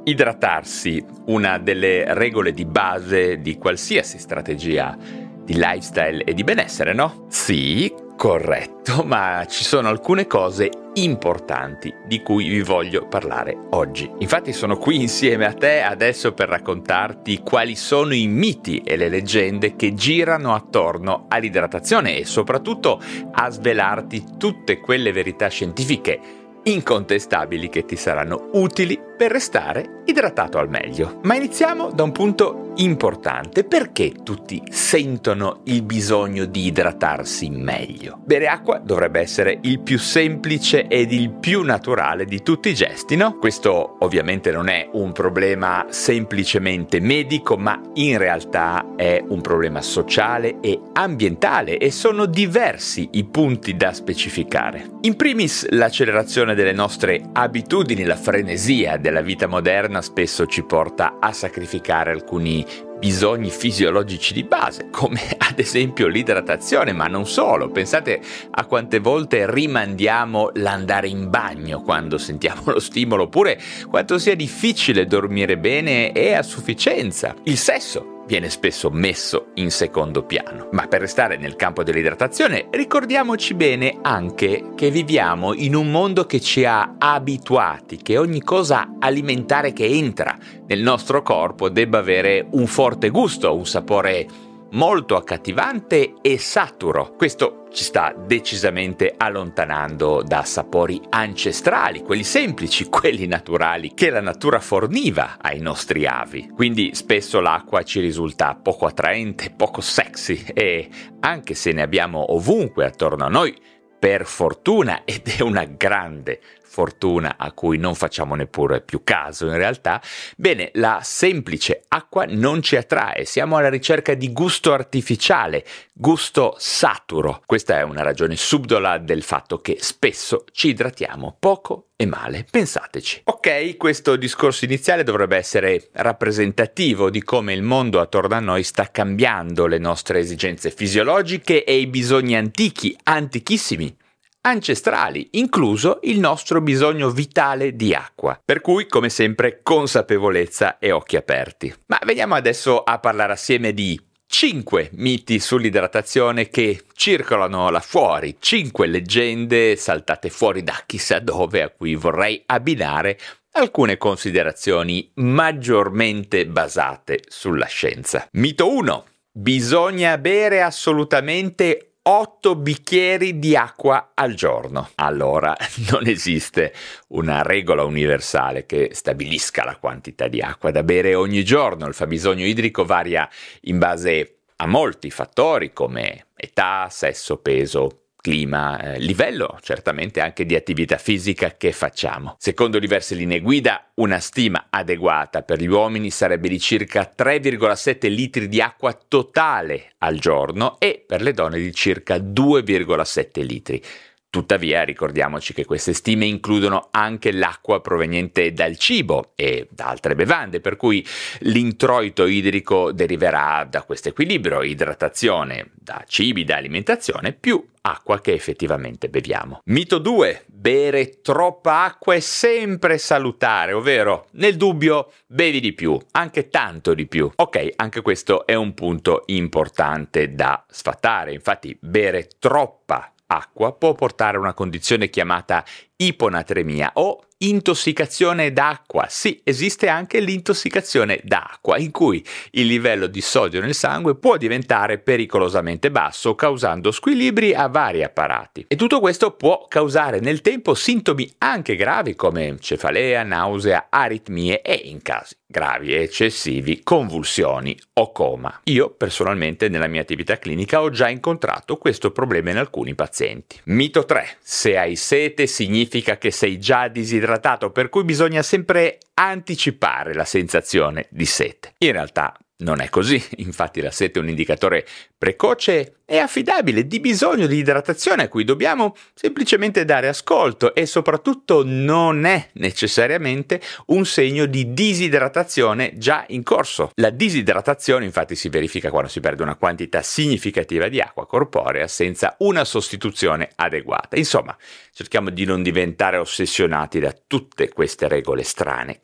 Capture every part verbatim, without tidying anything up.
Idratarsi, una delle regole di base di qualsiasi strategia di lifestyle e di benessere, no? Sì, corretto, ma ci sono alcune cose importanti di cui vi voglio parlare oggi. Infatti sono qui insieme a te adesso per raccontarti quali sono i miti e le leggende che girano attorno all'idratazione e soprattutto a svelarti tutte quelle verità scientifiche incontestabili che ti saranno utili per restare idratato al meglio. Ma iniziamo da un punto importante. Perché tutti sentono il bisogno di idratarsi meglio? Bere acqua dovrebbe essere il più semplice ed il più naturale di tutti i gesti, no? Questo ovviamente non è un problema semplicemente medico, ma in realtà è un problema sociale e ambientale e sono diversi i punti da specificare. In primis, l'accelerazione delle nostre abitudini, la frenesia della vita moderna spesso ci porta a sacrificare alcuni bisogni fisiologici di base, come ad esempio l'idratazione, ma non solo. Pensate a quante volte rimandiamo l'andare in bagno quando sentiamo lo stimolo, oppure quanto sia difficile dormire bene e a sufficienza. Il sesso viene spesso messo in secondo piano. Ma per restare nel campo dell'idratazione, ricordiamoci bene anche che viviamo in un mondo che ci ha abituati, che ogni cosa alimentare che entra nel nostro corpo debba avere un forte gusto, un sapore molto accattivante e saturo. Questo ci sta decisamente allontanando da sapori ancestrali, quelli semplici, quelli naturali che la natura forniva ai nostri avi. Quindi spesso l'acqua ci risulta poco attraente, poco sexy e anche se ne abbiamo ovunque attorno a noi, per fortuna, ed è una grande fortuna a cui non facciamo neppure più caso in realtà, bene, la semplice acqua non ci attrae, siamo alla ricerca di gusto artificiale, gusto saturo. Questa è una ragione subdola del fatto che spesso ci idratiamo poco e male, pensateci. Ok, questo discorso iniziale dovrebbe essere rappresentativo di come il mondo attorno a noi sta cambiando le nostre esigenze fisiologiche e i bisogni antichi, antichissimi, ancestrali, incluso il nostro bisogno vitale di acqua. Per cui, come sempre, consapevolezza e occhi aperti. Ma veniamo adesso a parlare assieme di cinque miti sull'idratazione che circolano là fuori, cinque leggende saltate fuori da chissà dove a cui vorrei abbinare alcune considerazioni maggiormente basate sulla scienza. Mito uno. Bisogna bere assolutamente otto bicchieri di acqua al giorno. Allora, non esiste una regola universale che stabilisca la quantità di acqua da bere ogni giorno. Il fabbisogno idrico varia in base a molti fattori come età, sesso, peso, clima, eh, livello certamente anche di attività fisica che facciamo. Secondo diverse linee guida, una stima adeguata per gli uomini sarebbe di circa tre virgola sette litri di acqua totale al giorno e per le donne di circa due virgola sette litri. Tuttavia ricordiamoci che queste stime includono anche l'acqua proveniente dal cibo e da altre bevande, per cui l'introito idrico deriverà da questo equilibrio, idratazione da cibi, da alimentazione, più acqua che effettivamente beviamo. Mito due. Bere troppa acqua è sempre salutare, ovvero nel dubbio bevi di più, anche tanto di più. Ok, anche questo è un punto importante da sfatare, infatti bere troppa acqua può portare a una condizione chiamata iponatremia o intossicazione d'acqua. Sì, esiste anche l'intossicazione d'acqua, in cui il livello di sodio nel sangue può diventare pericolosamente basso, causando squilibri a vari apparati. E tutto questo può causare nel tempo sintomi anche gravi come cefalea, nausea, aritmie e, in casi gravi e eccessivi, convulsioni o coma. Io personalmente nella mia attività clinica ho già incontrato questo problema in alcuni pazienti. Mito tre. Se hai sete significa che sei già disidratato, per cui bisogna sempre anticipare la sensazione di sete. In realtà non è così, infatti la sete è un indicatore precoce e affidabile di bisogno di idratazione a cui dobbiamo semplicemente dare ascolto e soprattutto non è necessariamente un segno di disidratazione già in corso. La disidratazione infatti si verifica quando si perde una quantità significativa di acqua corporea senza una sostituzione adeguata. Insomma, cerchiamo di non diventare ossessionati da tutte queste regole strane che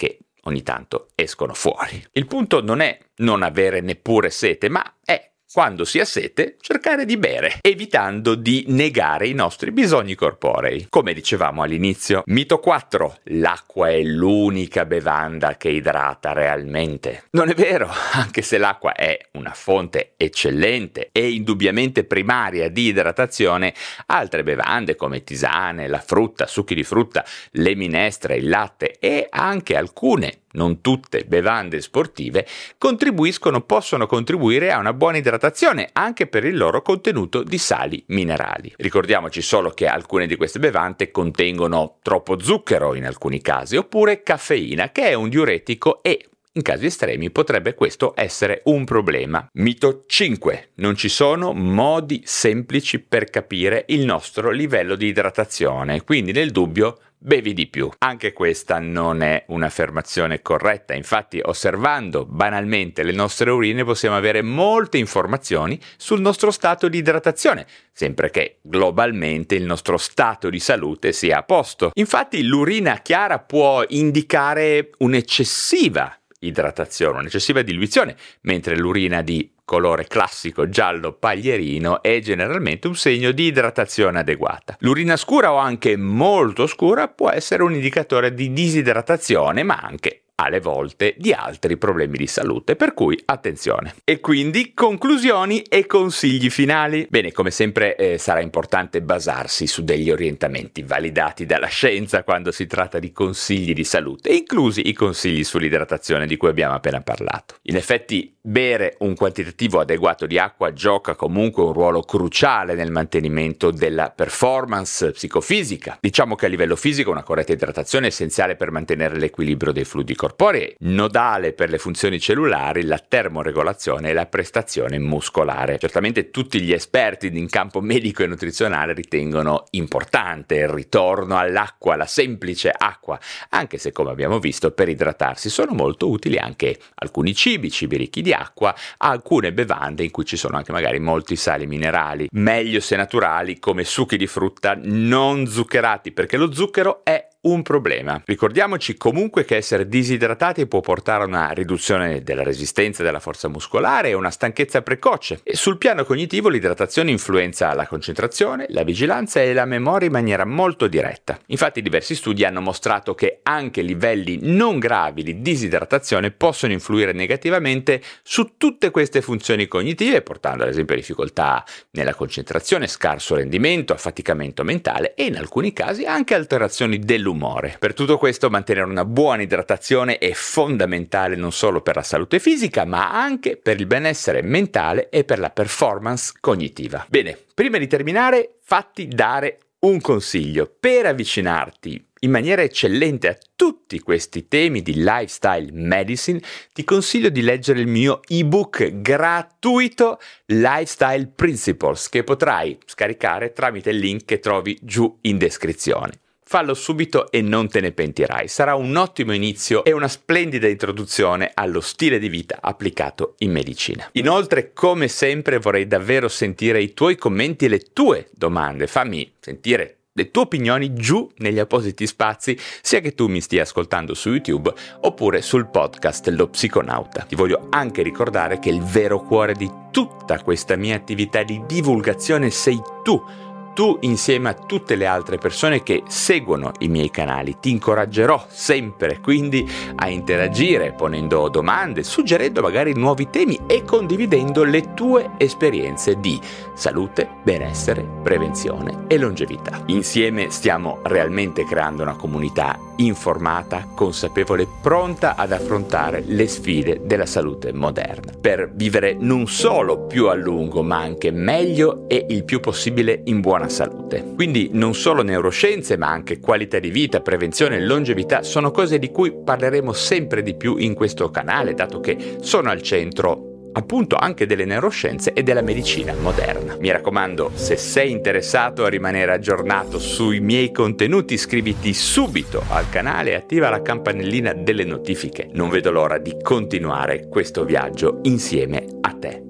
ogni tanto escono fuori. Il punto non è non avere neppure sete, ma è, quando si ha sete, cercare di bere, evitando di negare i nostri bisogni corporei. Come dicevamo all'inizio, mito quattro, l'acqua è l'unica bevanda che idrata realmente. Non è vero, anche se l'acqua è una fonte eccellente e indubbiamente primaria di idratazione, altre bevande come tisane, la frutta, succhi di frutta, le minestre, il latte e anche alcune, non tutte, bevande sportive contribuiscono, possono contribuire a una buona idratazione anche per il loro contenuto di sali minerali. Ricordiamoci solo che alcune di queste bevande contengono troppo zucchero in alcuni casi, oppure caffeina, che è un diuretico e in casi estremi potrebbe questo essere un problema. Mito cinque. Non ci sono modi semplici per capire il nostro livello di idratazione, quindi nel dubbio bevi di più. Anche questa non è un'affermazione corretta, infatti osservando banalmente le nostre urine possiamo avere molte informazioni sul nostro stato di idratazione, sempre che globalmente il nostro stato di salute sia a posto. Infatti l'urina chiara può indicare un'eccessiva idratazione, un'eccessiva diluizione, mentre l'urina di colore classico giallo paglierino è generalmente un segno di idratazione adeguata. L'urina scura o anche molto scura può essere un indicatore di disidratazione, ma anche alle volte di altri problemi di salute, per cui attenzione. E quindi conclusioni e consigli finali. Bene, come sempre eh, sarà importante basarsi su degli orientamenti validati dalla scienza quando si tratta di consigli di salute, inclusi i consigli sull'idratazione di cui abbiamo appena parlato. In effetti, bere un quantitativo adeguato di acqua gioca comunque un ruolo cruciale nel mantenimento della performance psicofisica. Diciamo che a livello fisico una corretta idratazione è essenziale per mantenere l'equilibrio dei fluidi corporei, nodale per le funzioni cellulari, la termoregolazione e la prestazione muscolare. Certamente tutti gli esperti in campo medico e nutrizionale ritengono importante il ritorno all'acqua, la semplice acqua, anche se, come abbiamo visto, per idratarsi sono molto utili anche alcuni cibi, cibi ricchi di acqua, alcune bevande in cui ci sono anche magari molti sali minerali, meglio se naturali, come succhi di frutta non zuccherati, perché lo zucchero è un problema. Ricordiamoci comunque che essere disidratati può portare a una riduzione della resistenza della forza muscolare e una stanchezza precoce. E sul piano cognitivo l'idratazione influenza la concentrazione, la vigilanza e la memoria in maniera molto diretta. Infatti diversi studi hanno mostrato che anche livelli non gravi di disidratazione possono influire negativamente su tutte queste funzioni cognitive, portando ad esempio a difficoltà nella concentrazione, scarso rendimento, affaticamento mentale e in alcuni casi anche alterazioni dell'umore. Per tutto questo mantenere una buona idratazione è fondamentale non solo per la salute fisica, ma anche per il benessere mentale e per la performance cognitiva. Bene, prima di terminare, fatti dare un consiglio per avvicinarti in maniera eccellente a tutti questi temi di lifestyle medicine. Ti consiglio di leggere il mio ebook gratuito Lifestyle Principles, che potrai scaricare tramite il link che trovi giù in descrizione. Fallo subito e non te ne pentirai. Sarà un ottimo inizio e una splendida introduzione allo stile di vita applicato in medicina. Inoltre, come sempre, vorrei davvero sentire i tuoi commenti e le tue domande. Fammi sentire le tue opinioni giù negli appositi spazi, sia che tu mi stia ascoltando su YouTube oppure sul podcast Lo Psiconauta. Ti voglio anche ricordare che il vero cuore di tutta questa mia attività di divulgazione sei tu. Tu insieme a tutte le altre persone che seguono i miei canali. Ti incoraggerò sempre quindi a interagire ponendo domande, suggerendo magari nuovi temi e condividendo le tue esperienze di salute, benessere, prevenzione e longevità. Insieme stiamo realmente creando una comunità informata, consapevole, pronta ad affrontare le sfide della salute moderna, per vivere non solo più a lungo, ma anche meglio e il più possibile in buona salute. Quindi non solo neuroscienze, ma anche qualità di vita, prevenzione e longevità sono cose di cui parleremo sempre di più in questo canale, dato che sono al centro appunto anche delle neuroscienze e della medicina moderna. Mi raccomando, se sei interessato a rimanere aggiornato sui miei contenuti, iscriviti subito al canale e attiva la campanellina delle notifiche. Non vedo l'ora di continuare questo viaggio insieme a te.